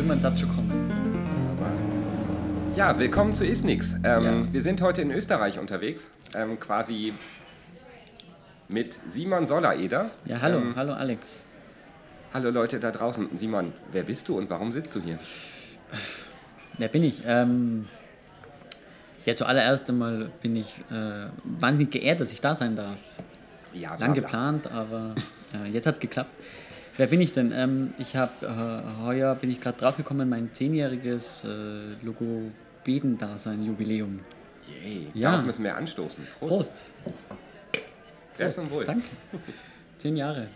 irgendwann das schon kommen. Ja, willkommen zu Isnix. Wir sind heute in Österreich unterwegs, quasi mit Simon Sollereder. Ja, hallo, hallo Alex. Hallo Leute da draußen. Simon, wer bist du und warum sitzt du hier? Wer bin ich? Ja, zuallererst einmal bin ich wahnsinnig geehrt, dass ich da sein darf. Ja, Lang bla, bla. geplant, aber jetzt hat es geklappt. Wer bin ich denn? Ich habe heuer bin ich gerade draufgekommen, mein 10-jähriges Logopäden-Dasein-Jubiläum. Yay, Ja. darauf müssen wir anstoßen. Prost. Sehr zum Wohl. Danke. 10 Jahre.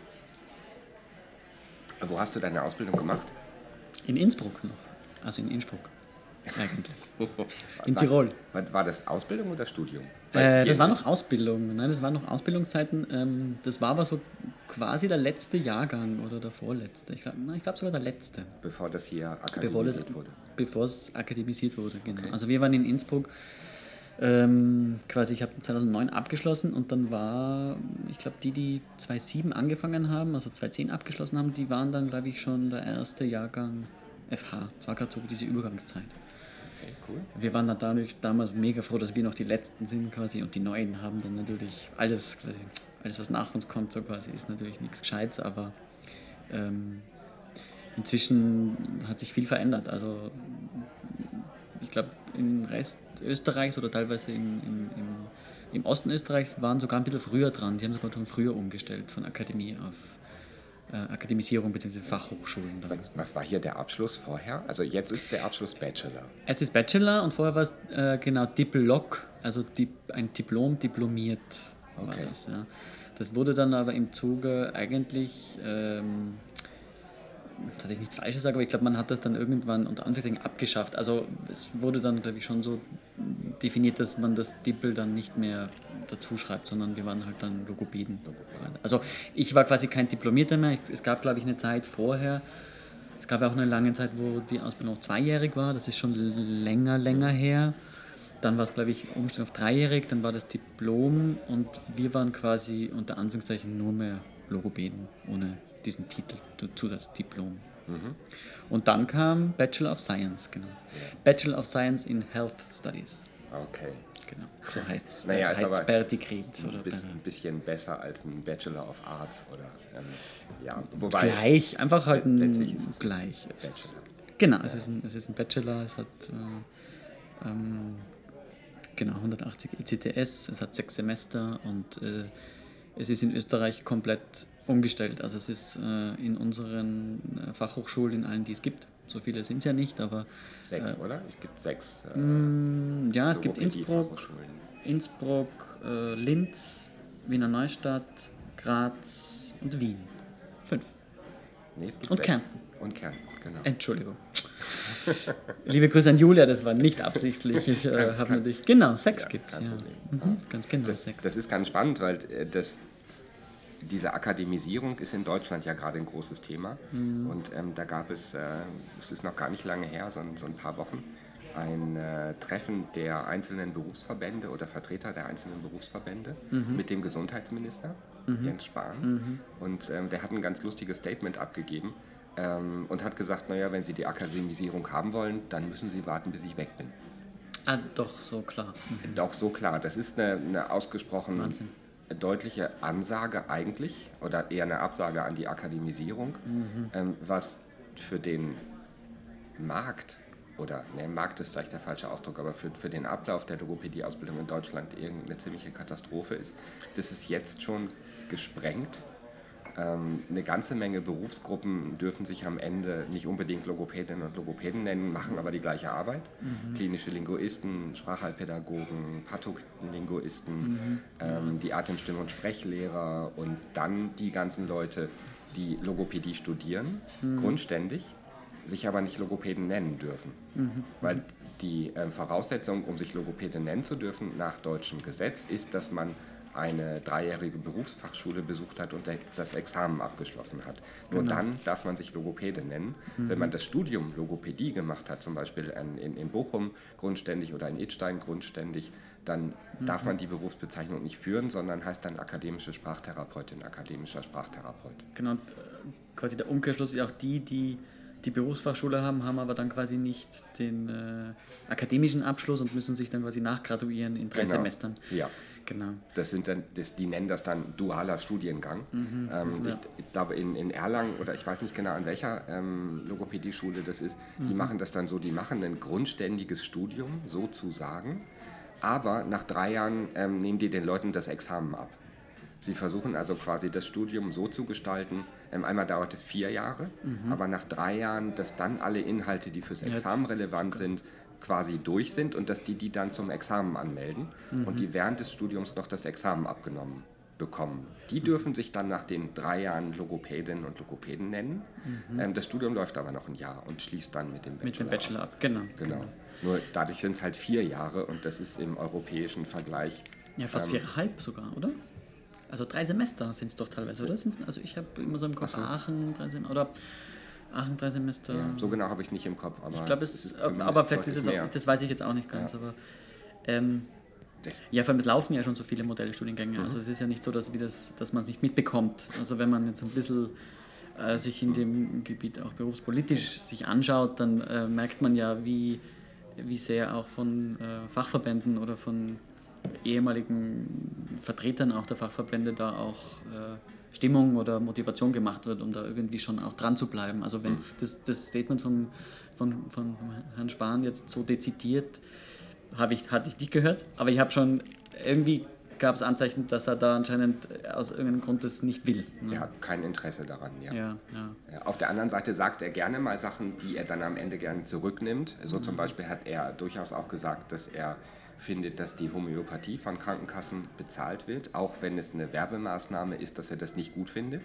Wo hast du deine Ausbildung gemacht? In Innsbruck noch. Also in Innsbruck. Eigentlich. In Tirol. War das Ausbildung oder Studium? Das war noch Ausbildung. Nein, das waren noch Ausbildungszeiten. Das war aber so quasi der letzte Jahrgang oder der vorletzte. Ich glaube sogar der letzte. Bevor das hier akademisiert wurde. Bevor es akademisiert wurde, genau. Okay. Also wir waren in Innsbruck. Quasi, ich habe 2009 abgeschlossen und dann war, ich glaube, die 2007 angefangen haben, also 2010 abgeschlossen haben, die waren dann, glaube ich, schon der erste Jahrgang FH. Das war gerade so diese Übergangszeit. Okay, cool. Wir waren dann dadurch damals mega froh, dass wir noch die Letzten sind quasi und die Neuen haben dann natürlich alles was nach uns kommt, so quasi ist natürlich nichts Gescheites, aber inzwischen hat sich viel verändert. Also ich glaube, im Rest Österreichs oder teilweise im Osten Österreichs waren sogar ein bisschen früher dran. Die haben sogar schon früher umgestellt von Akademie auf Akademisierung bzw. Fachhochschulen. Was war hier der Abschluss vorher? Also jetzt ist der Abschluss Bachelor. Jetzt ist Bachelor und vorher war es genau Diplog, also ein Diplom diplomiert war Okay. das. Ja. Das wurde dann aber im Zuge eigentlich, dass ich nichts Falsches sage, aber ich glaube, man hat das dann irgendwann unter Anführungszeichen abgeschafft. Also es wurde dann, glaube ich, schon so definiert, dass man das Dippel dann nicht mehr dazu schreibt, sondern wir waren halt dann Logopäden. Also ich war quasi kein Diplomierter mehr. Es gab, glaube ich, eine Zeit vorher, es gab ja auch eine lange Zeit, wo die Ausbildung noch 2-jährig war. Das ist schon länger her. Dann war es, glaube ich, umgestellt auf 3-jährig, dann war das Diplom und wir waren quasi unter Anführungszeichen nur mehr Logopäden, ohne diesen Titel, Zusatzdiplom. Und dann kam Bachelor of Science, genau. Bachelor of Science in Health Studies, Okay. genau. So heißt es. Naja, ist aber per Dekret. Oder ein bisschen besser als ein Bachelor of Arts oder ja, wobei gleich, einfach halt letztlich ist es gleich. Bachelor. Genau, es ist ein Bachelor, es hat 180 ECTS, es hat 6 Semester und es ist in Österreich komplett umgestellt. Also es ist in unseren Fachhochschulen, in allen, die es gibt, so viele sind es ja nicht, aber 6, oder? Es gibt 6 ja, es gibt Logopädie-Fachhochschulen. Innsbruck, Linz, Wiener Neustadt, Graz und Wien. 5. Nee, es gibt Und 6. Kärnten. Und Kärnten, genau. Entschuldigung. Liebe Grüße an Julia, das war nicht absichtlich. Ich habe natürlich. Genau, 6 gibt es. kein Ja. Problem. Ganz genau, 6. Das ist ganz spannend, weil diese Akademisierung ist in Deutschland ja gerade ein großes Thema. Und da gab es ist noch gar nicht lange her, so ein paar Wochen, ein Treffen der einzelnen Berufsverbände oder Vertreter der einzelnen Berufsverbände mit dem Gesundheitsminister, Jens Spahn. Und der hat ein ganz lustiges Statement abgegeben und hat gesagt, naja, wenn Sie die Akademisierung haben wollen, dann müssen Sie warten, bis ich weg bin. Ah, doch, so klar. Doch, so klar. Das ist eine ausgesprochen Wahnsinn. deutliche Ansage eigentlich oder eher eine Absage an die Akademisierung, was für den Markt, oder Markt ist vielleicht der falsche Ausdruck, aber für den Ablauf der Logopädie-Ausbildung in Deutschland irgendeine ziemliche Katastrophe ist. Das ist jetzt schon gesprengt. Eine ganze Menge Berufsgruppen dürfen sich am Ende nicht unbedingt Logopädinnen und Logopäden nennen, machen aber die gleiche Arbeit. Klinische Linguisten, Sprachheilpädagogen, Patholinguisten, die Atemstimme- und Sprechlehrer und dann die ganzen Leute, die Logopädie studieren, grundständig, sich aber nicht Logopäden nennen dürfen. Weil die Voraussetzung, um sich Logopäde nennen zu dürfen, nach deutschem Gesetz, ist, dass man eine 3-jährige Berufsfachschule besucht hat und das Examen abgeschlossen hat. Nur dann darf man sich Logopäde nennen. Wenn man das Studium Logopädie gemacht hat, zum Beispiel in Bochum grundständig oder in Idstein grundständig, dann darf man die Berufsbezeichnung nicht führen, sondern heißt dann akademische Sprachtherapeutin, akademischer Sprachtherapeut. Genau, und quasi der Umkehrschluss ist auch die die Berufsfachschule haben, haben aber dann quasi nicht den akademischen Abschluss und müssen sich dann quasi nachgraduieren in 3 Semestern. Ja. Genau. Die nennen das dann dualer Studiengang. Ich glaube, in Erlangen oder ich weiß nicht genau, an welcher Logopädie-Schule das ist, die machen das dann so, die machen ein grundständiges Studium, sozusagen, aber nach 3 Jahren nehmen die den Leuten das Examen ab. Sie versuchen also quasi das Studium so zu gestalten, einmal dauert es 4 Jahre, aber nach 3 Jahren, dass dann alle Inhalte, die fürs Examen relevant sind, quasi durch sind und dass die dann zum Examen anmelden und die während des Studiums noch das Examen abgenommen bekommen. Die dürfen sich dann nach den 3 Jahren Logopädinnen und Logopäden nennen. Das Studium läuft aber noch ein Jahr und schließt dann mit dem Bachelor ab. Genau. Nur dadurch sind es halt 4 Jahre und das ist im europäischen Vergleich... Ja, fast 4,5 sogar, oder? Also 3 Semester sind es doch teilweise, oder? Also ich habe immer so im Kopf Aachen 3 Semester, oder Aachen 3 Semester. Ja, so genau habe ich es nicht im Kopf, aber ich glaube, aber vielleicht ist es auch, das weiß ich jetzt auch nicht ganz, aber ja, vor allem es laufen ja schon so viele Modellstudiengänge, also es ist ja nicht so, dass man es nicht mitbekommt. Also wenn man jetzt ein bisschen sich in dem Gebiet auch berufspolitisch sich anschaut, dann merkt man ja, wie sehr auch von Fachverbänden oder von ehemaligen Vertretern auch der Fachverbände da auch Stimmung oder Motivation gemacht wird, um da irgendwie schon auch dran zu bleiben. Also wenn das Statement von Herrn Spahn jetzt so dezidiert, hatte ich nicht gehört, aber ich habe schon, irgendwie gab es Anzeichen, dass er da anscheinend aus irgendeinem Grund das nicht will. Ne? Er hat kein Interesse daran, Ja. Auf der anderen Seite sagt er gerne mal Sachen, die er dann am Ende gerne zurücknimmt. So zum Beispiel hat er durchaus auch gesagt, dass er findet, dass die Homöopathie von Krankenkassen bezahlt wird, auch wenn es eine Werbemaßnahme ist, dass er das nicht gut findet.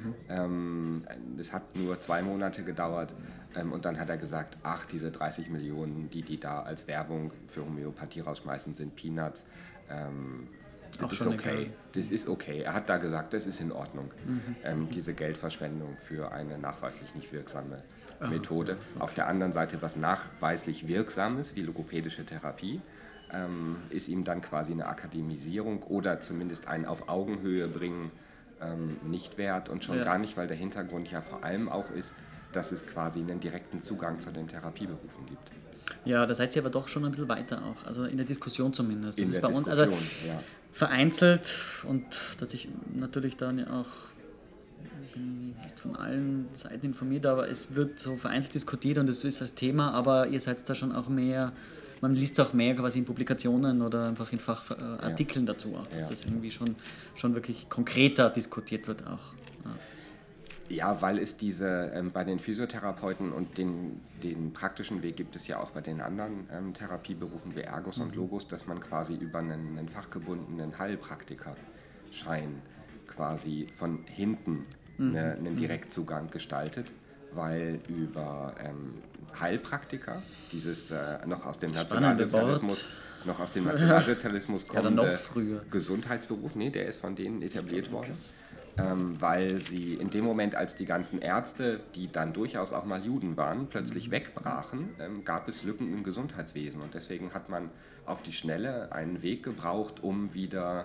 Es hat nur 2 Monate gedauert und dann hat er gesagt, ach, diese 30 Millionen, die da als Werbung für Homöopathie rausschmeißen, sind Peanuts. Das ist okay. Das ist okay. Er hat da gesagt, das ist in Ordnung. Diese Geldverschwendung für eine nachweislich nicht wirksame Methode. Okay. Auf der anderen Seite, was nachweislich wirksam ist, wie logopädische Therapie, ist ihm dann quasi eine Akademisierung oder zumindest ein auf Augenhöhe bringen nicht wert und schon gar nicht, weil der Hintergrund ja vor allem auch ist, dass es quasi einen direkten Zugang zu den Therapieberufen gibt. Ja, da seid ihr aber doch schon ein bisschen weiter auch, also in der Diskussion zumindest. In das der ist bei Diskussion, uns, also vereinzelt und dass ich natürlich dann ja auch bin nicht von allen Seiten informiert, aber es wird so vereinzelt diskutiert und es ist das Thema, aber ihr seid da schon auch mehr, man liest auch mehr quasi in Publikationen oder einfach in Fachartikeln dazu auch, dass das irgendwie schon wirklich konkreter diskutiert wird auch. Ja, weil es bei den Physiotherapeuten und den praktischen Weg gibt es ja auch bei den anderen Therapieberufen wie Ergos und Logos, dass man quasi über einen fachgebundenen Heilpraktikerschein quasi von hinten einen Direktzugang gestaltet, weil über Heilpraktiker, dieses noch aus dem Nationalsozialismus kommende Gesundheitsberuf, der ist von denen etabliert worden. Weil sie in dem Moment, als die ganzen Ärzte, die dann durchaus auch mal Juden waren, plötzlich wegbrachen, gab es Lücken im Gesundheitswesen. Und deswegen hat man auf die Schnelle einen Weg gebraucht, um wieder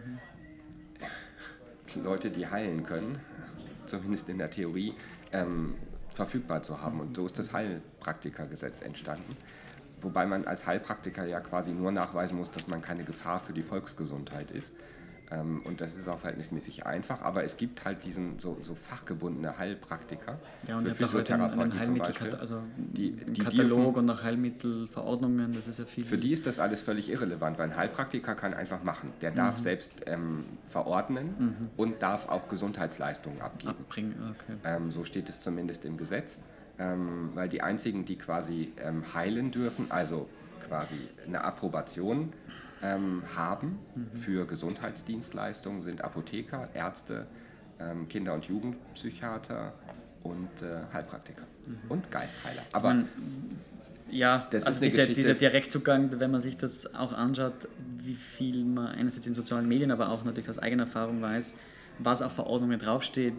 Leute, die heilen können, zumindest in der Theorie, verfügbar zu haben. Und so ist das Heilpraktikergesetz entstanden. Wobei man als Heilpraktiker ja quasi nur nachweisen muss, dass man keine Gefahr für die Volksgesundheit ist. Und das ist auch verhältnismäßig einfach, aber es gibt halt diesen so fachgebundene Heilpraktiker für Physiotherapeuten zum Beispiel. Also die Katalog und nach Heilmittelverordnungen, das ist ja viel. Für die ist das alles völlig irrelevant, weil ein Heilpraktiker kann einfach machen. Der darf selbst verordnen und darf auch Gesundheitsleistungen abgeben. So steht es zumindest im Gesetz, weil die einzigen, die quasi heilen dürfen, also quasi eine Approbation haben für Gesundheitsdienstleistungen, sind Apotheker, Ärzte, Kinder- und Jugendpsychiater und Heilpraktiker und Geistheiler. Aber das also ist dieser Direktzugang, wenn man sich das auch anschaut, wie viel man einerseits in sozialen Medien, aber auch natürlich aus eigener Erfahrung weiß, was auf Verordnungen draufsteht,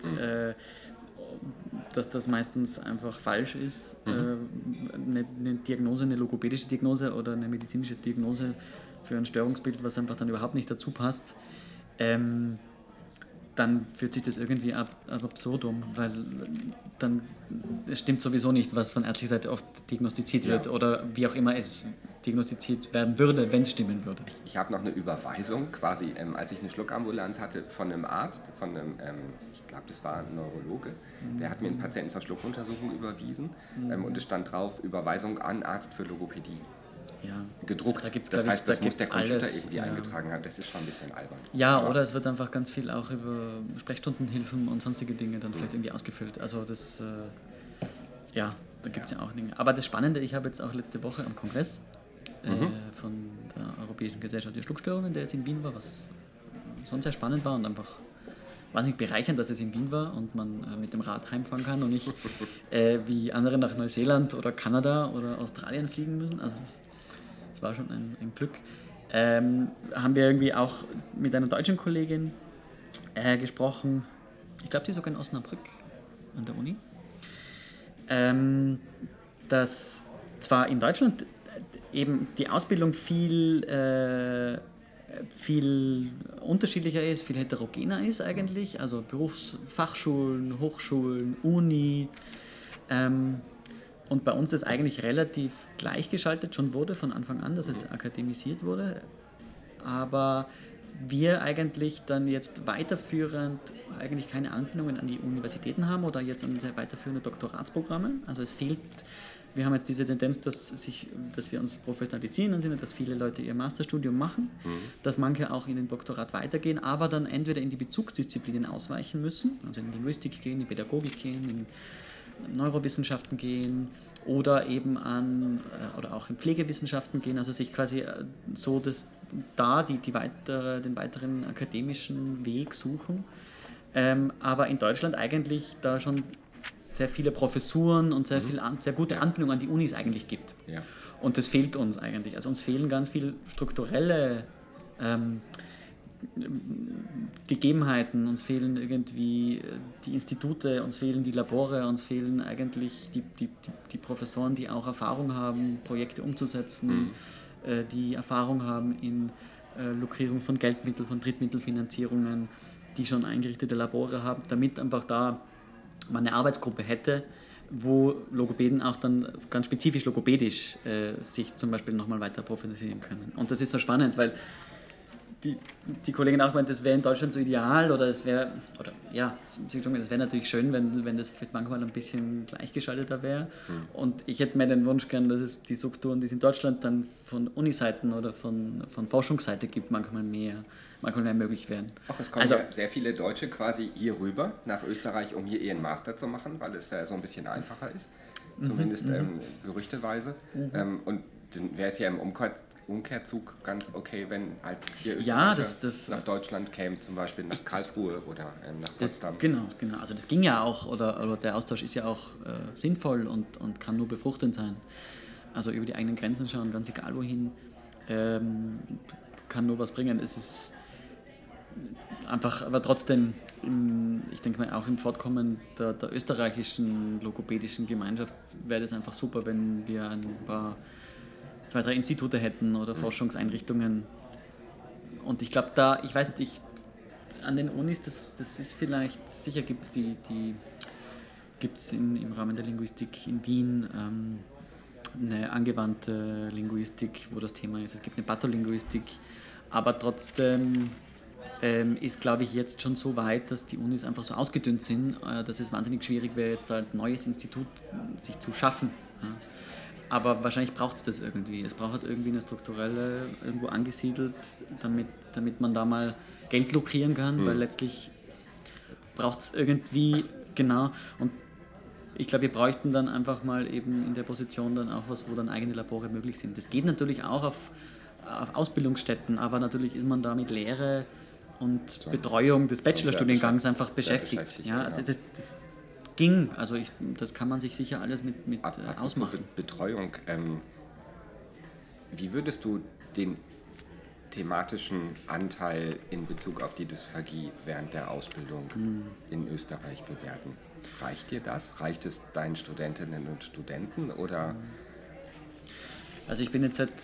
dass das meistens einfach falsch ist. Eine Diagnose, eine logopädische Diagnose oder eine medizinische Diagnose für ein Störungsbild, was einfach dann überhaupt nicht dazu passt, dann führt sich das irgendwie ab absurdum, weil dann es stimmt sowieso nicht, was von ärztlicher Seite oft diagnostiziert wird oder wie auch immer es diagnostiziert werden würde, wenn es stimmen würde. Ich habe noch eine Überweisung, quasi, als ich eine Schluckambulanz hatte, von einem Arzt, ich glaube, das war ein Neurologe, der hat mir einen Patienten zur Schluckuntersuchung überwiesen und es stand drauf, Überweisung an Arzt für Logopädie. Ja. Gedruckt. Da gibt's, das heißt, das da muss der Computer alles, irgendwie eingetragen haben. Das ist schon ein bisschen albern. Ja, oder es wird einfach ganz viel auch über Sprechstundenhilfen und sonstige Dinge dann vielleicht irgendwie ausgefüllt. Also das, da gibt es ja auch Dinge. Aber das Spannende, ich habe jetzt auch letzte Woche am Kongress von der Europäischen Gesellschaft für Schluckstörungen, der jetzt in Wien war, was sonst sehr spannend war und einfach wahnsinnig bereichernd, dass es in Wien war und man mit dem Rad heimfahren kann und nicht wie andere nach Neuseeland oder Kanada oder Australien fliegen müssen. Also das war schon ein Glück. Haben wir irgendwie auch mit einer deutschen Kollegin gesprochen, ich glaube, die ist sogar in Osnabrück an der Uni, dass zwar in Deutschland eben die Ausbildung viel unterschiedlicher ist, viel heterogener ist eigentlich, also Berufsfachschulen, Hochschulen, Uni, und bei uns das eigentlich relativ gleichgeschaltet schon wurde von Anfang an, dass es akademisiert wurde, aber wir eigentlich dann jetzt weiterführend eigentlich keine Anbindungen an die Universitäten haben oder jetzt an weiterführende Doktoratsprogramme. Also es fehlt, wir haben jetzt diese Tendenz, dass wir uns professionalisieren im Sinne, dass viele Leute ihr Masterstudium machen, dass manche auch in den Doktorat weitergehen, aber dann entweder in die Bezugsdisziplinen ausweichen müssen, also in Linguistik gehen, in Pädagogik gehen, in Neurowissenschaften gehen oder eben oder auch in Pflegewissenschaften gehen, also sich quasi so den weiteren akademischen Weg suchen. Aber in Deutschland eigentlich da schon sehr viele Professuren und sehr gute Anbindung an die Unis eigentlich gibt. Ja. Und das fehlt uns eigentlich. Also uns fehlen ganz viel strukturelle Gegebenheiten, uns fehlen irgendwie die Institute, uns fehlen die Labore, uns fehlen eigentlich die Professoren, die auch Erfahrung haben, Projekte umzusetzen, die Erfahrung haben in Lukrierung von Geldmitteln, von Drittmittelfinanzierungen, die schon eingerichtete Labore haben, damit einfach da man eine Arbeitsgruppe hätte, wo Logopäden auch dann ganz spezifisch logopädisch sich zum Beispiel nochmal weiter professionalisieren können. Und das ist so spannend, weil die Kollegin auch meint, das wäre in Deutschland so ideal das wäre natürlich schön, wenn das vielleicht manchmal ein bisschen gleichgeschalteter wäre. Und ich hätte mir den Wunsch gern, dass es die Strukturen, die es in Deutschland dann von Uniseiten oder von Forschungsseite gibt, manchmal mehr möglich wären. Auch es kommen ja sehr viele Deutsche quasi hier rüber nach Österreich, um hier ihren Master zu machen, weil es so ein bisschen einfacher ist, zumindest gerüchteweise. Und dann wäre es ja im Umkehrzug ganz okay, wenn halt hier Österreicher nach Deutschland kämen, zum Beispiel nach Karlsruhe oder nach Potsdam. Genau. Also das ging ja auch, oder der Austausch ist ja auch sinnvoll und kann nur befruchtend sein. Also über die eigenen Grenzen schauen, ganz egal wohin, kann nur was bringen. Es ist einfach, aber trotzdem, ich denke mal, auch im Fortkommen der österreichischen logopädischen Gemeinschaft wäre das einfach super, wenn wir ein paar 2, 3 Institute hätten oder Forschungseinrichtungen. Und ich glaube ich weiß nicht, an den Unis, das ist vielleicht, sicher gibt es im Rahmen der Linguistik in Wien eine angewandte Linguistik, wo das Thema ist. Es gibt eine Patholinguistik, aber trotzdem ist, glaube ich, jetzt schon so weit, dass die Unis einfach so ausgedünnt sind, dass es wahnsinnig schwierig wäre, jetzt da ein neues Institut sich zu schaffen. Ja. Aber wahrscheinlich braucht es das irgendwie. Es braucht irgendwie eine strukturelle, irgendwo angesiedelt, damit man da mal Geld lukrieren kann, weil letztlich braucht es irgendwie, genau. Und ich glaube, wir bräuchten dann einfach mal eben in der Position dann auch was, wo dann eigene Labore möglich sind. Das geht natürlich auch auf Ausbildungsstätten, aber natürlich ist man da mit Lehre und Betreuung des Bachelorstudiengangs einfach beschäftigt. Ja, genau. Das ging, also das kann man sich sicher alles mit ausmachen. Betreuung, wie würdest du den thematischen Anteil in Bezug auf die Dysphagie während der Ausbildung in Österreich bewerten? Reicht dir das? Reicht es deinen Studentinnen und Studenten? Oder? Also ich bin jetzt seit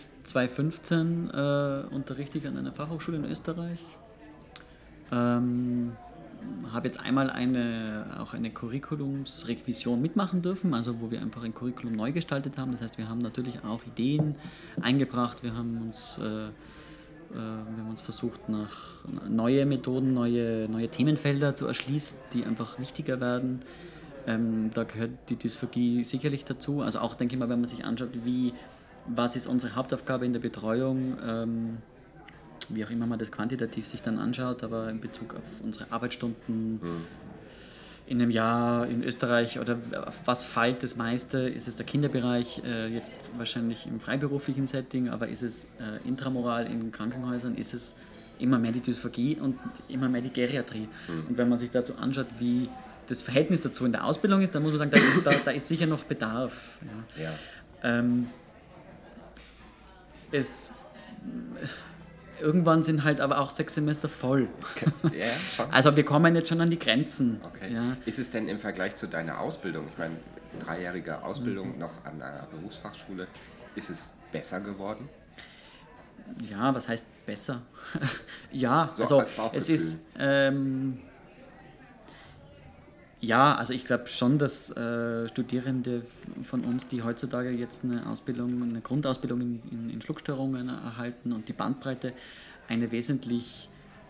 2015 unterrichte ich an einer Fachhochschule in Österreich. habe jetzt einmal auch eine Curriculumsrevision mitmachen dürfen, also wo wir einfach ein Curriculum neu gestaltet haben. Das heißt, wir haben natürlich auch Ideen eingebracht, wir haben uns versucht, nach neue Methoden, neue Themenfelder zu erschließen, die einfach wichtiger werden. Da gehört die Dysphagie sicherlich dazu. Also auch, denke ich mal, wenn man sich anschaut, was ist unsere Hauptaufgabe in der Betreuung, wie auch immer man das quantitativ sich dann anschaut, aber in Bezug auf unsere Arbeitsstunden in einem Jahr in Österreich oder auf was fällt das meiste? Ist es der Kinderbereich, jetzt wahrscheinlich im freiberuflichen Setting, aber ist es intramoral in Krankenhäusern, ist es immer mehr die Dysphagie und immer mehr die Geriatrie. Und wenn man sich dazu anschaut, wie das Verhältnis dazu in der Ausbildung ist, dann muss man sagen, da ist sicher noch Bedarf. Ja. Irgendwann sind halt aber auch 6 Semester voll. Okay. Ja, schon. Also wir kommen jetzt schon an die Grenzen. Okay. Ja. Ist es denn im Vergleich zu deiner Ausbildung, ich meine, 3-jährige Ausbildung noch an einer Berufsfachschule, ist es besser geworden? Ja, was heißt besser? Ja, So also als Bauchgefühl. es ist... ja, also ich glaube schon, dass Studierende von uns, die heutzutage jetzt eine Grundausbildung in Schluckstörungen erhalten und die Bandbreite, eine wesentlich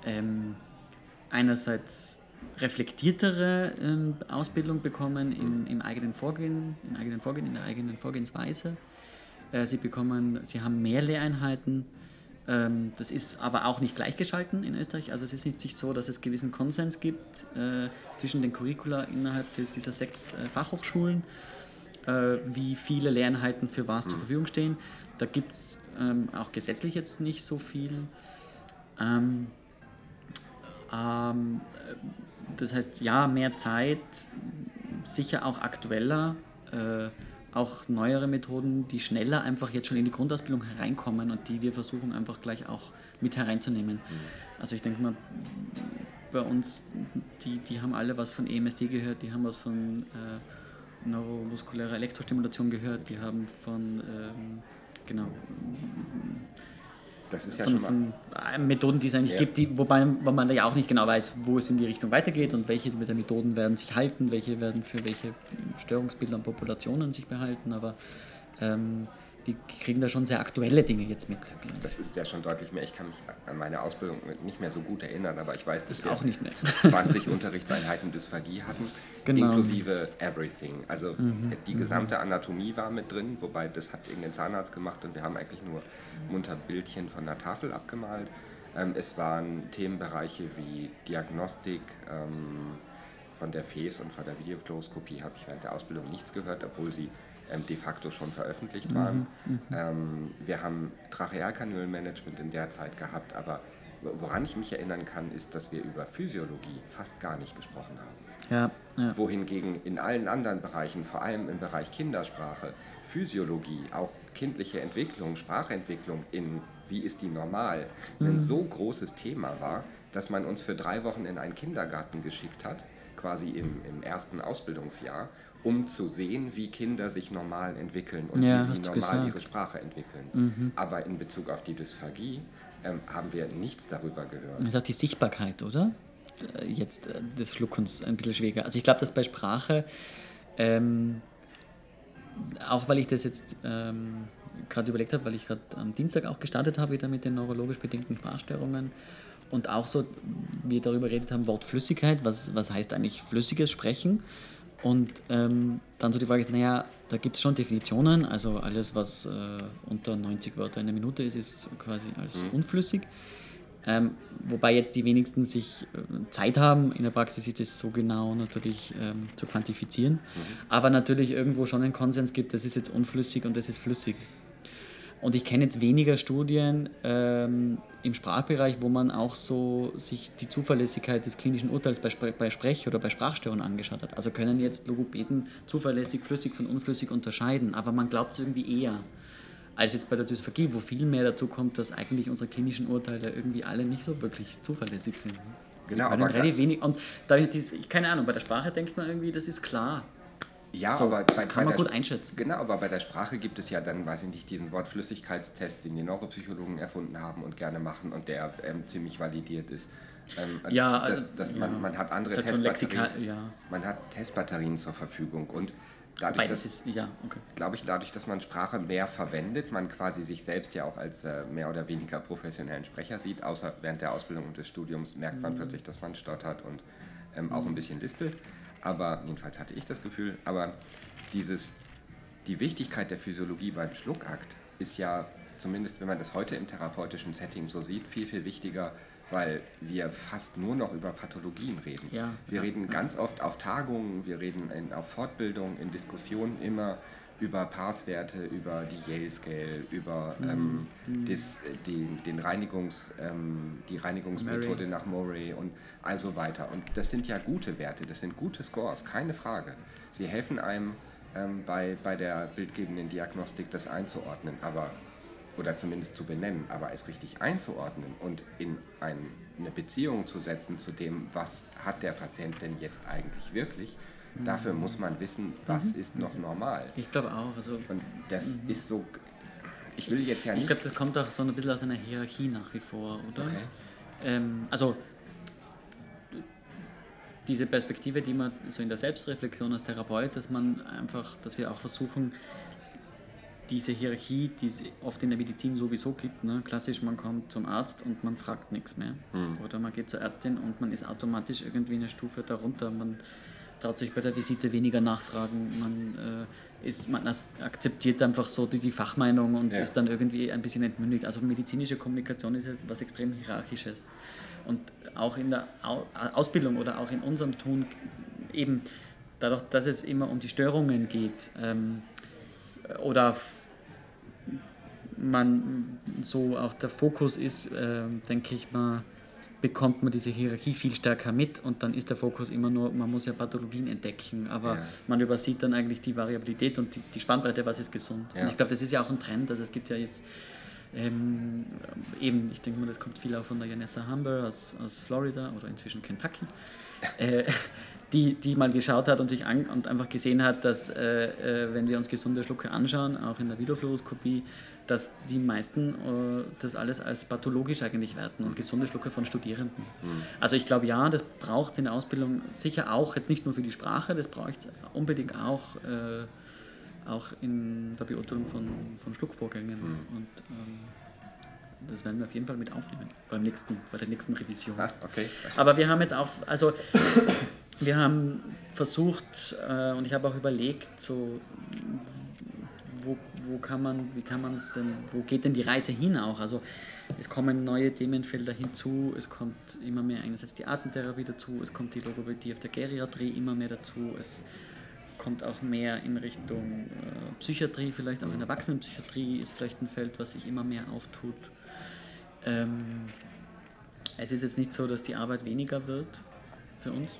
einerseits reflektiertere Ausbildung bekommen im eigenen Vorgehen, in der eigenen Vorgehensweise. Sie haben mehr Lehreinheiten. Das ist aber auch nicht gleichgeschalten in Österreich. Also es ist nicht so, dass es gewissen Konsens gibt zwischen den Curricula innerhalb dieser 6 Fachhochschulen, wie viele Lerneinheiten für was zur Verfügung stehen. Da gibt es auch gesetzlich jetzt nicht so viel. Das heißt, ja, mehr Zeit, sicher auch aktueller, auch neuere Methoden, die schneller einfach jetzt schon in die Grundausbildung hereinkommen und die wir versuchen einfach gleich auch mit hereinzunehmen. Also ich denke mal, bei uns, die haben alle was von EMSD gehört, die haben was von neuromuskulärer Elektrostimulation gehört, die haben von, das ist ja schon mal von Methoden, die es eigentlich gibt, wobei man da ja auch nicht genau weiß, wo es in die Richtung weitergeht und welche der Methoden werden sich halten, welche werden für welche Störungsbilder und Populationen sich behalten, aber die kriegen da schon sehr aktuelle Dinge jetzt mit. Das ist ja schon deutlich mehr. Ich kann mich an meine Ausbildung nicht mehr so gut erinnern, aber ich weiß, dass wir auch nicht mehr. 20 Unterrichtseinheiten Dysphagie hatten, genau. Inklusive Everything. Also die gesamte Anatomie war mit drin, wobei das hat irgendein Zahnarzt gemacht und wir haben eigentlich nur munter Bildchen von der Tafel abgemalt. Es waren Themenbereiche wie Diagnostik, von der FES und von der Videofluoroskopie habe ich während der Ausbildung nichts gehört, obwohl sie de facto schon veröffentlicht waren. Wir haben Trachealkanülmanagement in der Zeit gehabt, aber woran ich mich erinnern kann, ist, dass wir über Physiologie fast gar nicht gesprochen haben. Ja. Wohingegen in allen anderen Bereichen, vor allem im Bereich Kindersprache, Physiologie, auch kindliche Entwicklung, Sprachentwicklung in wie ist die normal, ein so großes Thema war, dass man uns für 3 Wochen in einen Kindergarten geschickt hat, quasi im ersten Ausbildungsjahr, um zu sehen, wie Kinder sich normal entwickeln und wie sie normal ihre Sprache entwickeln. Aber in Bezug auf die Dysphagie haben wir nichts darüber gehört. Das ist auch die Sichtbarkeit, oder? Jetzt des Schluckens ein bisschen schwieriger. Also ich glaube, dass bei Sprache, auch weil ich das jetzt gerade überlegt habe, weil ich gerade am Dienstag auch gestartet habe, wieder mit den neurologisch bedingten Sprachstörungen und auch so, wir darüber geredet haben, Wortflüssigkeit, was heißt eigentlich flüssiges Sprechen? Und dann so die Frage ist, naja, da gibt es schon Definitionen, also alles, was unter 90 Wörter in der Minute ist quasi als unflüssig. Wobei jetzt die wenigsten sich Zeit haben, in der Praxis ist es so genau natürlich zu quantifizieren, aber natürlich irgendwo schon einen Konsens gibt, das ist jetzt unflüssig und das ist flüssig. Und ich kenne jetzt weniger Studien im Sprachbereich, wo man auch so sich die Zuverlässigkeit des klinischen Urteils bei Sprech- oder bei Sprachstörungen angeschaut hat. Also können jetzt Logopäden zuverlässig flüssig von unflüssig unterscheiden, aber man glaubt es irgendwie eher als jetzt bei der Dysphagie, wo viel mehr dazu kommt, dass eigentlich unsere klinischen Urteile irgendwie alle nicht so wirklich zuverlässig sind. Genau, aber relativ wenig. Und da keine Ahnung, bei der Sprache denkt man irgendwie, das ist klar. Ja, so, aber das kann man gut einschätzen. Genau, aber bei der Sprache gibt es ja dann, weiß ich nicht, diesen Wortflüssigkeitstest, den die Neuropsychologen erfunden haben und gerne machen und der ziemlich validiert ist. Man hat andere halt Testbatterien. ja. Man hat Testbatterien zur Verfügung und dadurch, dadurch, dass man Sprache mehr verwendet, man quasi sich selbst ja auch als mehr oder weniger professionellen Sprecher sieht, außer während der Ausbildung und des Studiums merkt man plötzlich, dass man stottert und auch ein bisschen lispelt. Aber jedenfalls hatte ich das Gefühl, aber die Wichtigkeit der Physiologie beim Schluckakt ist ja, zumindest wenn man das heute im therapeutischen Setting so sieht, viel, viel wichtiger, weil wir fast nur noch über Pathologien reden. Wir reden ganz oft auf Tagungen, wir reden auf Fortbildungen, in Diskussionen immer über Passwerte, über die Yale-Scale, über die Reinigungsmethode nach Murray und also weiter. Und das sind ja gute Werte, das sind gute Scores, keine Frage. Sie helfen einem bei der bildgebenden Diagnostik das einzuordnen, oder zumindest zu benennen, aber es richtig einzuordnen und in eine Beziehung zu setzen zu dem, was hat der Patient denn jetzt eigentlich wirklich, dafür muss man wissen, was ist noch normal. Ich glaube auch. Also, und das ist so, ich will jetzt ja nicht... Ich glaube, das kommt auch so ein bisschen aus einer Hierarchie nach wie vor, oder? Okay. Also diese Perspektive, die man so in der Selbstreflexion als Therapeut, dass wir auch versuchen, diese Hierarchie, die es oft in der Medizin sowieso gibt, ne? Klassisch, man kommt zum Arzt und man fragt nichts mehr. Oder man geht zur Ärztin und man ist automatisch irgendwie eine Stufe darunter. Man traut sich bei der Visite weniger nachfragen, man akzeptiert einfach so die Fachmeinung und ist dann irgendwie ein bisschen entmündigt. Also medizinische Kommunikation ist was extrem Hierarchisches. Und auch in der Ausbildung oder auch in unserem Tun eben dadurch, dass es immer um die Störungen geht, oder man so auch der Fokus ist, denke ich mal, bekommt man diese Hierarchie viel stärker mit und dann ist der Fokus immer nur, man muss ja Pathologien entdecken, aber man übersieht dann eigentlich die Variabilität und die Spannbreite, was ist gesund. Und ich glaube, das ist ja auch ein Trend, also es gibt ja jetzt ich denke mal, das kommt viel auch von der Janessa Humber aus Florida oder inzwischen Kentucky, die mal geschaut hat und und einfach gesehen hat, dass wenn wir uns gesunde Schlucke anschauen, auch in der Videofluoroskopie, dass die meisten das alles als pathologisch eigentlich werten und gesunde Schlucke von Studierenden. Also ich glaube, ja, das braucht es in der Ausbildung sicher auch, jetzt nicht nur für die Sprache, das braucht es unbedingt auch in der Beurteilung von Schluckvorgängen. Und das werden wir auf jeden Fall mit aufnehmen, bei der nächsten Revision. Okay. Aber wir haben jetzt auch, also wir haben versucht und ich habe auch überlegt, so wo geht denn die Reise hin auch? Also es kommen neue Themenfelder hinzu, es kommt immer mehr einerseits die Artentherapie dazu, es kommt die Logopädie auf der Geriatrie immer mehr dazu, es kommt auch mehr in Richtung Psychiatrie, vielleicht auch in der Erwachsenenpsychiatrie ist vielleicht ein Feld, was sich immer mehr auftut. Es ist jetzt nicht so, dass die Arbeit weniger wird für uns.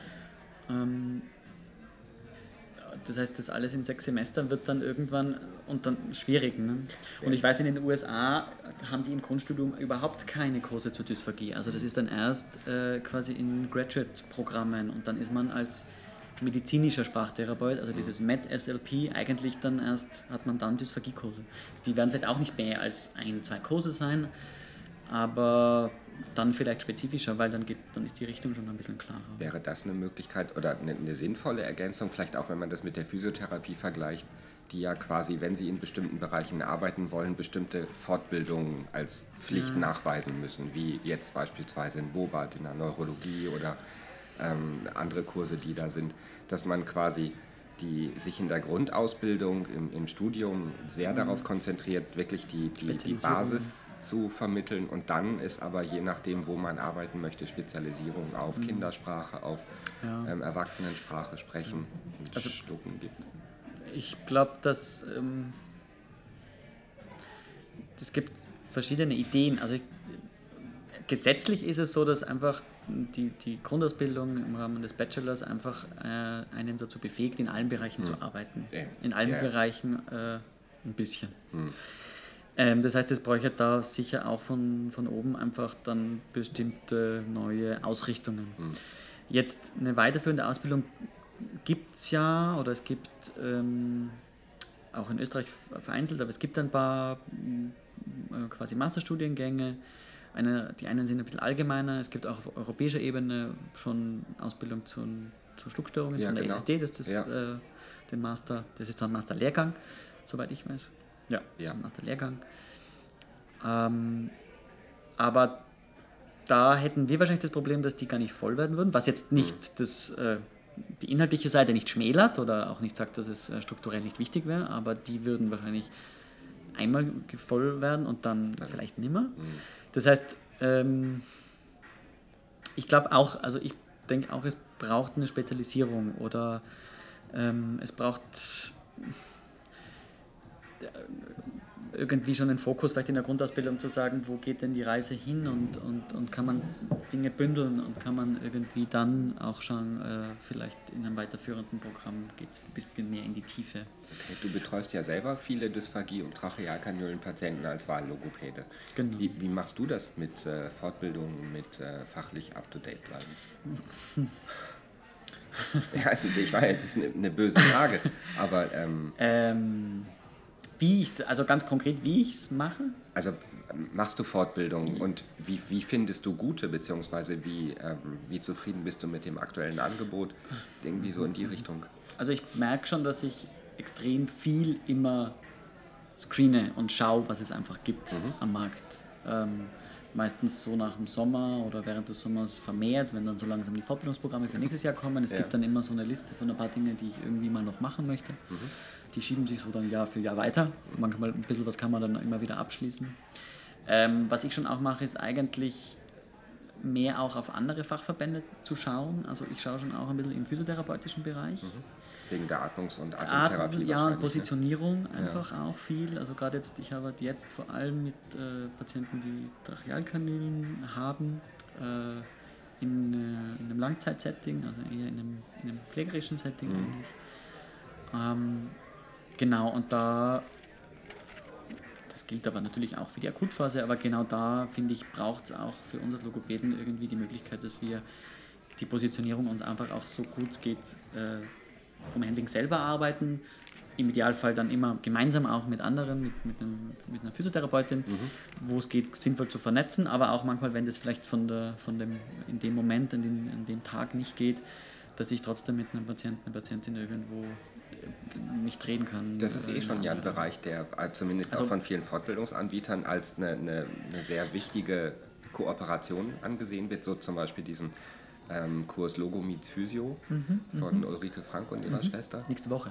Das heißt, das alles in 6 Semestern wird dann irgendwann und dann schwierig. Ne? Und ich weiß, in den USA haben die im Grundstudium überhaupt keine Kurse zur Dysphagie. Also das ist dann erst quasi in Graduate-Programmen und dann ist man als medizinischer Sprachtherapeut, also dieses Med-SLP, eigentlich dann erst hat man dann Dysphagie-Kurse. Die werden vielleicht auch nicht mehr als 1-2 Kurse sein, aber dann vielleicht spezifischer, weil dann ist die Richtung schon ein bisschen klarer. Wäre das eine Möglichkeit oder eine sinnvolle Ergänzung, vielleicht auch wenn man das mit der Physiotherapie vergleicht, die ja quasi, wenn sie in bestimmten Bereichen arbeiten wollen, bestimmte Fortbildungen als Pflicht nachweisen müssen, wie jetzt beispielsweise in Bobat in der Neurologie oder andere Kurse, die da sind, dass man quasi sich in der Grundausbildung, im Studium sehr darauf konzentriert, wirklich die Basis zu vermitteln und dann ist aber je nachdem, wo man arbeiten möchte, Spezialisierung auf Kindersprache, auf Erwachsenensprache, Sprechen und also, Stucken gibt. Ich glaube, dass es gibt verschiedene Ideen. Also gesetzlich ist es so, dass einfach die Grundausbildung im Rahmen des Bachelors einfach einen dazu befähigt, in allen Bereichen zu arbeiten. In allen Bereichen ein bisschen. Das heißt, es bräuchte da sicher auch von oben einfach dann bestimmte neue Ausrichtungen. Jetzt eine weiterführende Ausbildung gibt es ja, oder es gibt auch in Österreich vereinzelt, aber es gibt ein paar quasi Masterstudiengänge, Die einen sind ein bisschen allgemeiner. Es gibt auch auf europäischer Ebene schon Ausbildung zu Schluckstörungen von der SSD, das ist den Master, das ist ein Masterlehrgang, soweit ich weiß. Ja, das ist ein Masterlehrgang. Aber da hätten wir wahrscheinlich das Problem, dass die gar nicht voll werden würden, was jetzt nicht die inhaltliche Seite nicht schmälert oder auch nicht sagt, dass es strukturell nicht wichtig wäre, aber die würden wahrscheinlich einmal voll werden und dann vielleicht nimmer. Das heißt, ich glaube auch, also ich denke auch, es braucht eine Spezialisierung oder es braucht irgendwie schon einen Fokus, vielleicht in der Grundausbildung zu sagen, wo geht denn die Reise hin und kann man Dinge bündeln und kann man irgendwie dann auch schon vielleicht in einem weiterführenden Programm geht es ein bisschen mehr in die Tiefe. Okay, du betreust ja selber viele Dysphagie- und Trachealkanülenpatienten als Wahllogopäde. Genau. Wie machst du das mit Fortbildungen, mit fachlich up-to-date bleiben? Ja, also ich weiß, das ist eine böse Frage, aber also ganz konkret, wie ich es mache? Also machst du Fortbildungen und wie findest du gute, beziehungsweise wie zufrieden bist du mit dem aktuellen Angebot? Irgendwie so in die Richtung. Also ich merke schon, dass ich extrem viel immer screene und schaue, was es einfach gibt am Markt. Meistens so nach dem Sommer oder während des Sommers vermehrt, wenn dann so langsam die Fortbildungsprogramme für nächstes Jahr kommen. Es gibt dann immer so eine Liste von ein paar Dingen, die ich irgendwie mal noch machen möchte. Die schieben sich so dann Jahr für Jahr weiter. Manchmal ein bisschen was kann man dann immer wieder abschließen. Was ich schon auch mache, ist eigentlich mehr auch auf andere Fachverbände zu schauen. Also ich schaue schon auch ein bisschen im physiotherapeutischen Bereich. Wegen der Atmungs- und Atemtherapie Ja, und Positionierung einfach auch viel. Also gerade jetzt, ich arbeite jetzt vor allem mit Patienten, die Trachealkanülen haben, in einem Langzeitsetting, also eher in einem pflegerischen Setting eigentlich. Genau, und das gilt aber natürlich auch für die Akutphase, aber genau da, finde ich, braucht es auch für uns als Logopäden irgendwie die Möglichkeit, dass wir die Positionierung uns einfach auch so gut es geht vom Handling selber arbeiten, im Idealfall dann immer gemeinsam auch mit anderen, mit einer Physiotherapeutin, wo es geht, sinnvoll zu vernetzen, aber auch manchmal, wenn das vielleicht in dem Moment, an dem Tag nicht geht, dass ich trotzdem mit einem Patienten, einer Patientin irgendwo nicht reden kann. Das ist schon ein Bereich, der zumindest auch von vielen Fortbildungsanbietern als eine sehr wichtige Kooperation angesehen wird, so zum Beispiel diesen Kurs Logo meets Physio von Ulrike Frank und ihrer Schwester. Nächste Woche.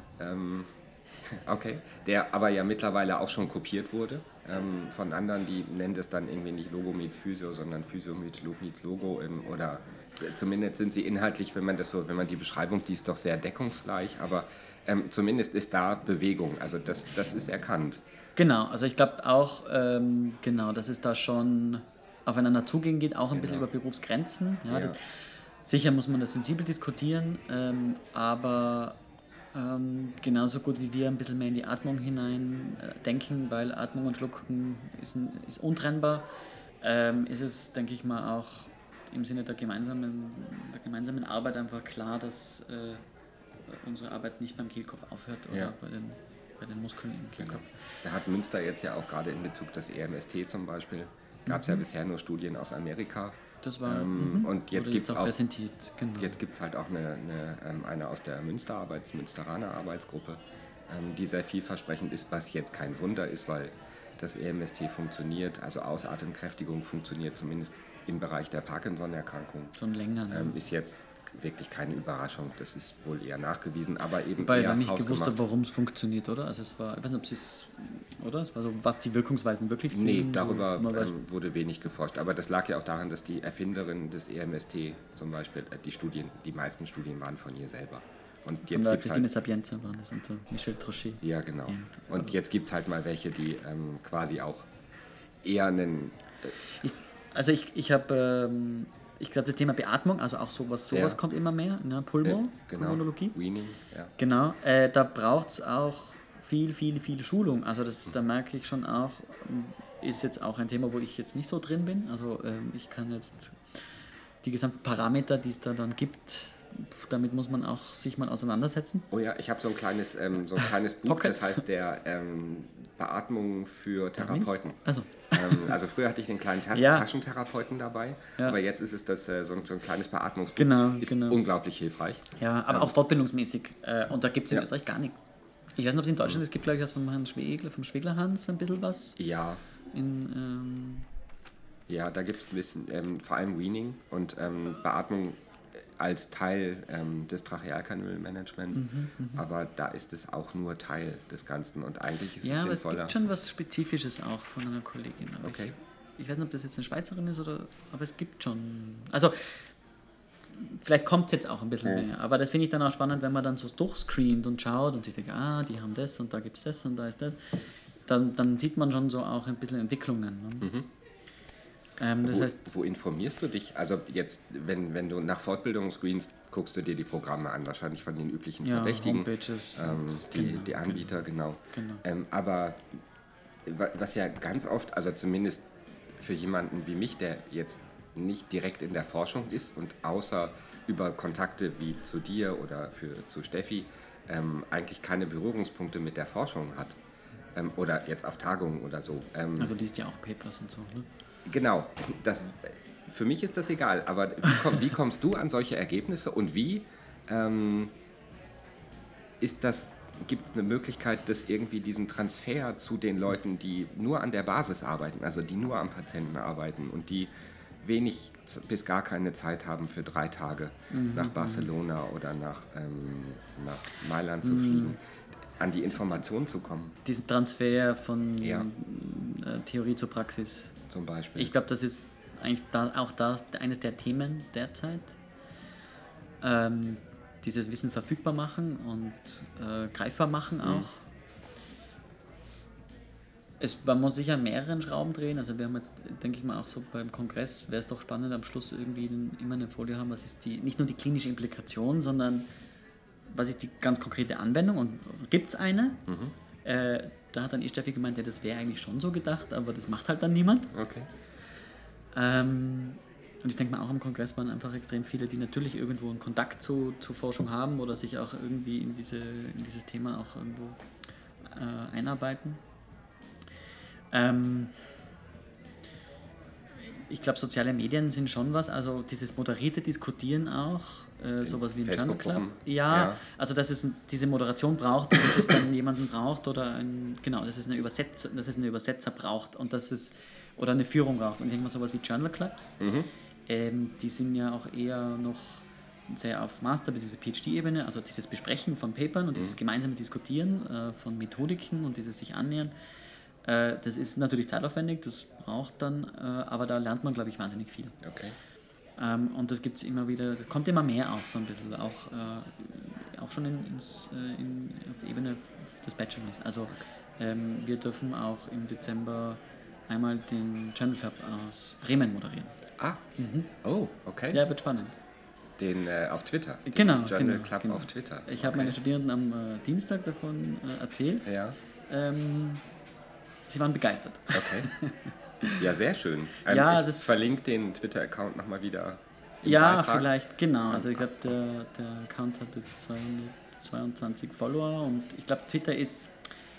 Okay, der aber ja mittlerweile auch schon kopiert wurde von anderen, die nennen das dann irgendwie nicht Logo meets Physio, sondern Physio meets Logo oder zumindest sind sie inhaltlich, wenn man die Beschreibung liest, doch sehr deckungsgleich, aber zumindest ist da Bewegung, also das ist erkannt. Genau, also ich glaube auch, dass es da schon aufeinander zugehen geht, auch ein bisschen über Berufsgrenzen. Ja, sicher muss man das sensibel diskutieren, aber genauso gut wie wir ein bisschen mehr in die Atmung hinein denken, weil Atmung und Schlucken ist untrennbar, ist es, denke ich mal, auch im Sinne der gemeinsamen Arbeit einfach klar, dass unsere Arbeit nicht beim Kehlkopf aufhört oder bei den Muskeln im Kehlkopf. Genau. Da hat Münster jetzt ja auch gerade in Bezug des EMST zum Beispiel, gab es ja bisher nur Studien aus Amerika. Das war und jetzt gibt es auch präsentiert. Genau. Jetzt gibt es halt auch eine aus der Münsteraner Arbeitsgruppe, die sehr vielversprechend ist, was jetzt kein Wunder ist, weil das EMST funktioniert, also Ausatemkräftigung funktioniert zumindest im Bereich der Parkinson-Erkrankung. Schon länger. Ne? Ist jetzt wirklich keine Überraschung, das ist wohl eher nachgewiesen, aber eben wobei eher ich nicht gewusst habe, warum es funktioniert, oder? Also es war, ich weiß nicht, ob es war so, was die Wirkungsweisen wirklich sind. Nee, darüber wurde wenig geforscht, aber das lag ja auch daran, dass die Erfinderin des EMST zum Beispiel, die meisten Studien waren von ihr selber. Und jetzt von der Christine Sapienza waren das und Michel Trochet. Ja, genau. Ja, und jetzt gibt es halt mal welche, die quasi auch eher einen... Ich glaube, das Thema Beatmung, also auch sowas kommt immer mehr, ne? Pulmonologie. Weaning, ja. Genau, da braucht es auch viel Schulung. Also da merke ich schon auch, ist jetzt auch ein Thema, wo ich jetzt nicht so drin bin. Also ich kann jetzt die gesamten Parameter, die es da dann gibt, damit muss man auch sich mal auseinandersetzen. Oh ja, ich habe so ein kleines Buch, Pocket. das heißt der Beatmung für Therapeuten. Also, Also früher hatte ich den kleinen Ja. Taschentherapeuten dabei, Ja. aber jetzt ist es so ein kleines Beatmungsbuch. Genau, Ist genau. unglaublich hilfreich. ja, aber auch fortbildungsmäßig. Und da gibt es in Ja. Österreich gar nichts. Ich weiß nicht, ob es in Deutschland, es gibt, glaube ich, was vom Herrn Schwegler, vom Schwegler Hans ein bisschen was. Ja, In, ja, da gibt es ein bisschen, vor allem Weaning und Beatmung als Teil des Trachealkanülmanagements, aber da ist es auch nur Teil des Ganzen und eigentlich ist ja, es aber es sinnvoller. gibt schon was Spezifisches auch von einer Kollegin. Aber Okay. ich weiß nicht, ob das jetzt eine Schweizerin ist oder, aber es gibt schon. Also, vielleicht kommt es jetzt auch ein bisschen mehr. Aber das finde ich dann auch spannend, wenn man dann so durchscreent und schaut und sich denkt, die haben das und da gibt es das und da ist das. Dann sieht man schon so auch ein bisschen Entwicklungen. Ne? Das heißt, Wo informierst du dich? Also jetzt, wenn du nach Fortbildung screenst, guckst du dir die Programme an, wahrscheinlich von den üblichen ja, Verdächtigen, Homepages. die Anbieter, genau. Genau. Aber was ja ganz oft, also zumindest für jemanden wie mich, der jetzt nicht direkt in der Forschung ist und außer über Kontakte wie zu dir oder zu Steffi eigentlich keine Berührungspunkte mit der Forschung hat oder jetzt auf Tagungen oder so. Also liest ja auch Papers und so. Ne? Genau, für mich ist das egal, aber wie kommst du an solche Ergebnisse und wie gibt es eine Möglichkeit, dass irgendwie diesen Transfer zu den Leuten, die nur an der Basis arbeiten, also die nur am Patienten arbeiten und die wenig bis gar keine Zeit haben für 3 Tage nach Barcelona oder nach Mailand zu fliegen, an die Informationen zu kommen, Diesen Transfer von Ja. Theorie zur Praxis. zum Beispiel. Ich glaube, das ist eigentlich eines der Themen derzeit. Dieses Wissen verfügbar machen und greifbar machen auch. Man muss sich an mehreren Schrauben drehen. Also wir haben jetzt, denke ich mal, auch so beim Kongress wäre es doch spannend, am Schluss irgendwie immer eine Folie haben, was ist nicht nur die klinische Implikation, sondern was ist die ganz konkrete Anwendung und gibt es eine? Da hat dann Steffi gemeint, ja, das wäre eigentlich schon so gedacht, aber das macht halt dann niemand. Okay. Und ich denke mal, auch am Kongress waren einfach extrem viele, die natürlich irgendwo einen Kontakt zu Forschung haben oder sich auch irgendwie in dieses Thema auch irgendwo einarbeiten. Ich glaube, soziale Medien sind schon was, also dieses moderierte Diskutieren auch, sowas wie ein Journal Club. Facebook-Gruppen. Ja, also dass es diese Moderation braucht, dass es dann jemanden braucht oder dass es eine Übersetzer braucht und oder eine Führung braucht. Und ich denke mal, sowas wie Journal Clubs, die sind ja auch eher noch sehr auf Master- bzw. PhD-Ebene, also dieses Besprechen von Papern und dieses gemeinsame Diskutieren von Methodiken und dieses sich annähern. Das ist natürlich zeitaufwendig, das braucht dann, aber da lernt man, glaube ich, wahnsinnig viel. Okay. Und das gibt es immer wieder, das kommt immer mehr auch so ein bisschen, auch schon auf Ebene des Bachelors. Also wir dürfen auch im Dezember einmal den Journal Club aus Bremen moderieren. Oh, okay. Ja, wird spannend. Den auf Twitter. Den Genau, Journal genau, Club genau. auf Twitter. Ich habe meine Studierenden am Dienstag davon erzählt. Ja. Sie waren begeistert. Okay. Ja, sehr schön. Ja, ich das- verlinke den Twitter-Account nochmal wieder im Ja, Beitrag. vielleicht, genau. Also ich glaube, der Account hat jetzt 222 Follower und ich glaube, Twitter ist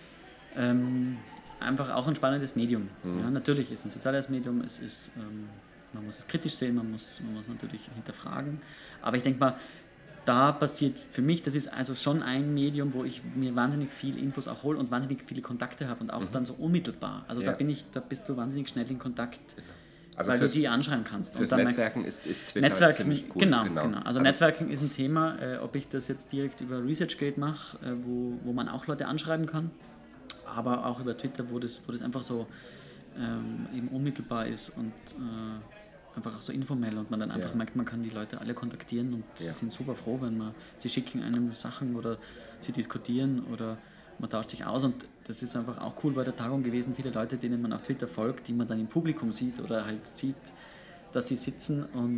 einfach auch ein spannendes Medium. Ja, natürlich ist es ein soziales Medium, man muss es kritisch sehen, man muss natürlich hinterfragen. Aber ich denke mal, da passiert für mich, das ist also schon ein Medium, wo ich mir wahnsinnig viel Infos auch hole und wahnsinnig viele Kontakte habe und auch dann so unmittelbar. Also Ja. da bist du wahnsinnig schnell in Kontakt, Also weil du fürs, sie anschreiben kannst. fürs Und dann Netzwerken ist Twitter Netzwerken, ziemlich cool. genau. Also Netzwerken ist ein Thema, ob ich das jetzt direkt über ResearchGate mache, wo man auch Leute anschreiben kann, aber auch über Twitter, wo das einfach so eben unmittelbar ist und einfach auch so informell und man dann einfach merkt, man kann die Leute alle kontaktieren und sie sind super froh, wenn sie schicken einem Sachen oder sie diskutieren oder man tauscht sich aus und das ist einfach auch cool bei der Tagung gewesen, viele Leute, denen man auf Twitter folgt, die man dann im Publikum sieht oder halt sieht, dass sie sitzen und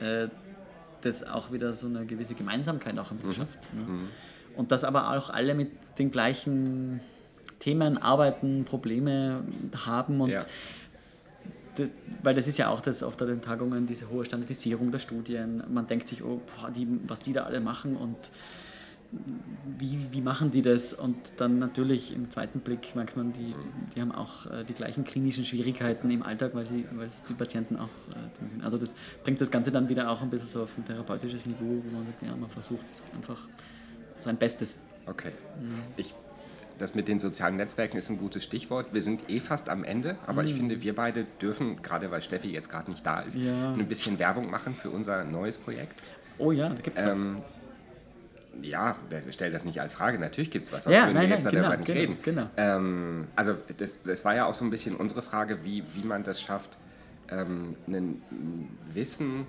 das auch wieder so eine gewisse Gemeinsamkeit auch im schafft. Ne? Und dass aber auch alle mit den gleichen Themen arbeiten, Probleme haben und weil das ist ja auch das auf den Tagungen, diese hohe Standardisierung der Studien. Man denkt sich, oh, boah, was die da alle machen und wie machen die das? Und dann natürlich im zweiten Blick merkt man, die haben auch die gleichen klinischen Schwierigkeiten im Alltag, weil die Patienten auch drin sind. Also das bringt das Ganze dann wieder auch ein bisschen so auf ein therapeutisches Niveau, wo man sagt, ja, man versucht einfach sein Bestes. Okay. Das mit den sozialen Netzwerken ist ein gutes Stichwort. Wir sind fast am Ende, aber ich finde, wir beide dürfen, gerade weil Steffi jetzt gerade nicht da ist, ein bisschen Werbung machen für unser neues Projekt. Oh ja, da gibt es was. Ja, ich stelle das nicht als Frage, natürlich gibt es was, sonst würden wir jetzt darüber nicht reden. Genau. Also das war ja auch so ein bisschen unsere Frage, wie man das schafft, ein Wissen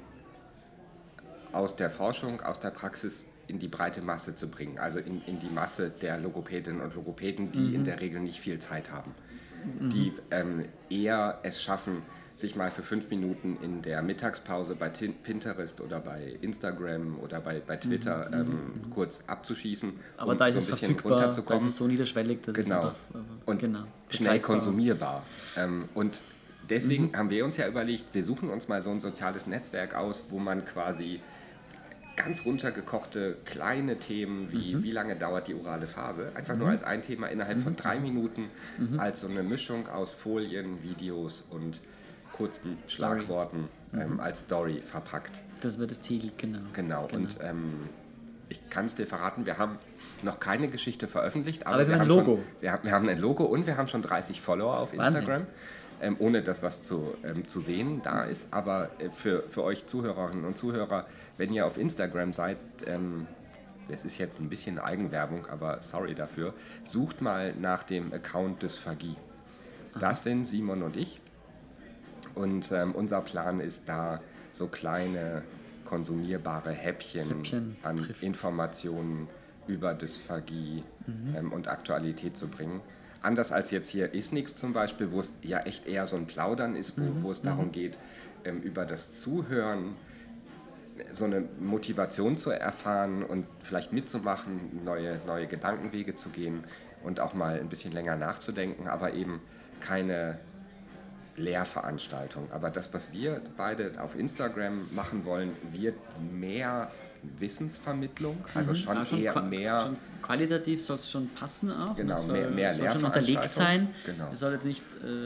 aus der Forschung, aus der Praxis in die breite Masse zu bringen, also in die Masse der Logopädinnen und Logopäden, die in der Regel nicht viel Zeit haben, die eher es schaffen, sich mal für 5 Minuten in der Mittagspause bei Pinterest oder bei Instagram oder bei Twitter kurz abzuschießen, aber da ist so ein es bisschen verfügbar, runterzukommen. da ist es so niederschwellig, dass es einfach schnell konsumierbar. Und deswegen haben wir uns ja überlegt, wir suchen uns mal so ein soziales Netzwerk aus, wo man quasi ganz runtergekochte kleine Themen wie lange dauert die orale Phase, einfach nur als ein Thema innerhalb von 3 Minuten, als so eine Mischung aus Folien, Videos und kurzen Schlagworten als Story verpackt. Das wird das Ziel, genau. Und ich kann es dir verraten, wir haben noch keine Geschichte veröffentlicht, aber wir haben ein Logo. Wir haben ein Logo und wir haben schon 30 Follower auf Instagram. Ohne dass was zu sehen da ist. Aber für euch Zuhörerinnen und Zuhörer, wenn ihr auf Instagram seid, das ist jetzt ein bisschen Eigenwerbung, aber sorry dafür, sucht mal nach dem Account Dysphagie. Das sind Simon und ich. Und unser Plan ist da, so kleine konsumierbare Häppchen an trifft's. Informationen über Dysphagie und Aktualität zu bringen. Anders als jetzt hier ist nichts zum Beispiel, wo es ja echt eher so ein Plaudern ist, wo es darum geht, über das Zuhören so eine Motivation zu erfahren und vielleicht mitzumachen, neue Gedankenwege zu gehen und auch mal ein bisschen länger nachzudenken, aber eben keine Lehrveranstaltung. Aber das, was wir beide auf Instagram machen wollen, wird mehr Wissensvermittlung, also schon mehr... Schon qualitativ soll es schon passen auch. Genau, es mehr soll schon Lehrveranstaltung. unterlegt sein. Genau. Es soll jetzt nicht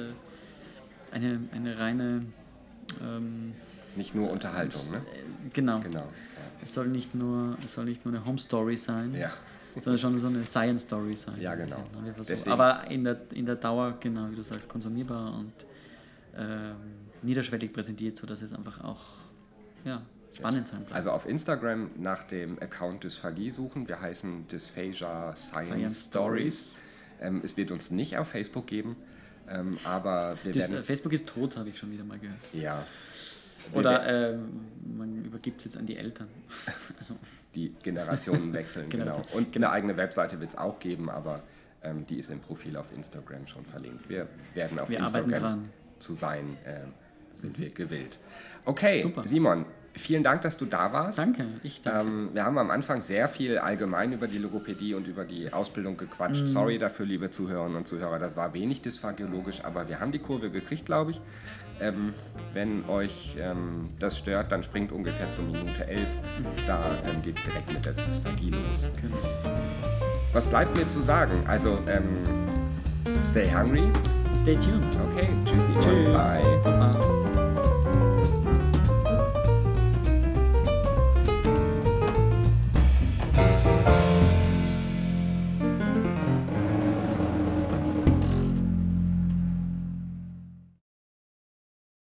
eine reine... nicht nur Unterhaltung, ne? Genau. Ja. Es soll nicht nur eine Home Story sein, sondern schon so eine Science Story sein. Ja, genau. Aber in der Dauer, genau wie du sagst, konsumierbar und niederschwellig präsentiert, sodass es einfach auch spannend sein bleibt. Also auf Instagram nach dem Account Dysphagie suchen. Wir heißen Dysphagia Science Stories. Es wird uns nicht auf Facebook geben, aber wir werden... Facebook ist tot, habe ich schon wieder mal gehört. Ja. Oder man übergibt es jetzt an die Eltern. Also. Die Generationen wechseln, genau. Und eine eigene Webseite wird es auch geben, aber die ist im Profil auf Instagram schon verlinkt. Wir werden auf Instagram zu sein, sind wir gewillt. Okay, super. Simon, vielen Dank, dass du da warst. Danke, ich danke. Wir haben am Anfang sehr viel allgemein über die Logopädie und über die Ausbildung gequatscht. Sorry dafür, liebe Zuhörerinnen und Zuhörer, das war wenig dysphagiologisch, aber wir haben die Kurve gekriegt, glaube ich. Wenn euch das stört, dann springt ungefähr zur Minute 11. Da geht es direkt mit der Dysphagie los. Genau. Was bleibt mir zu sagen? Also, stay hungry. Stay tuned. Okay, tschüssi. Tschüss. Bye. Bye.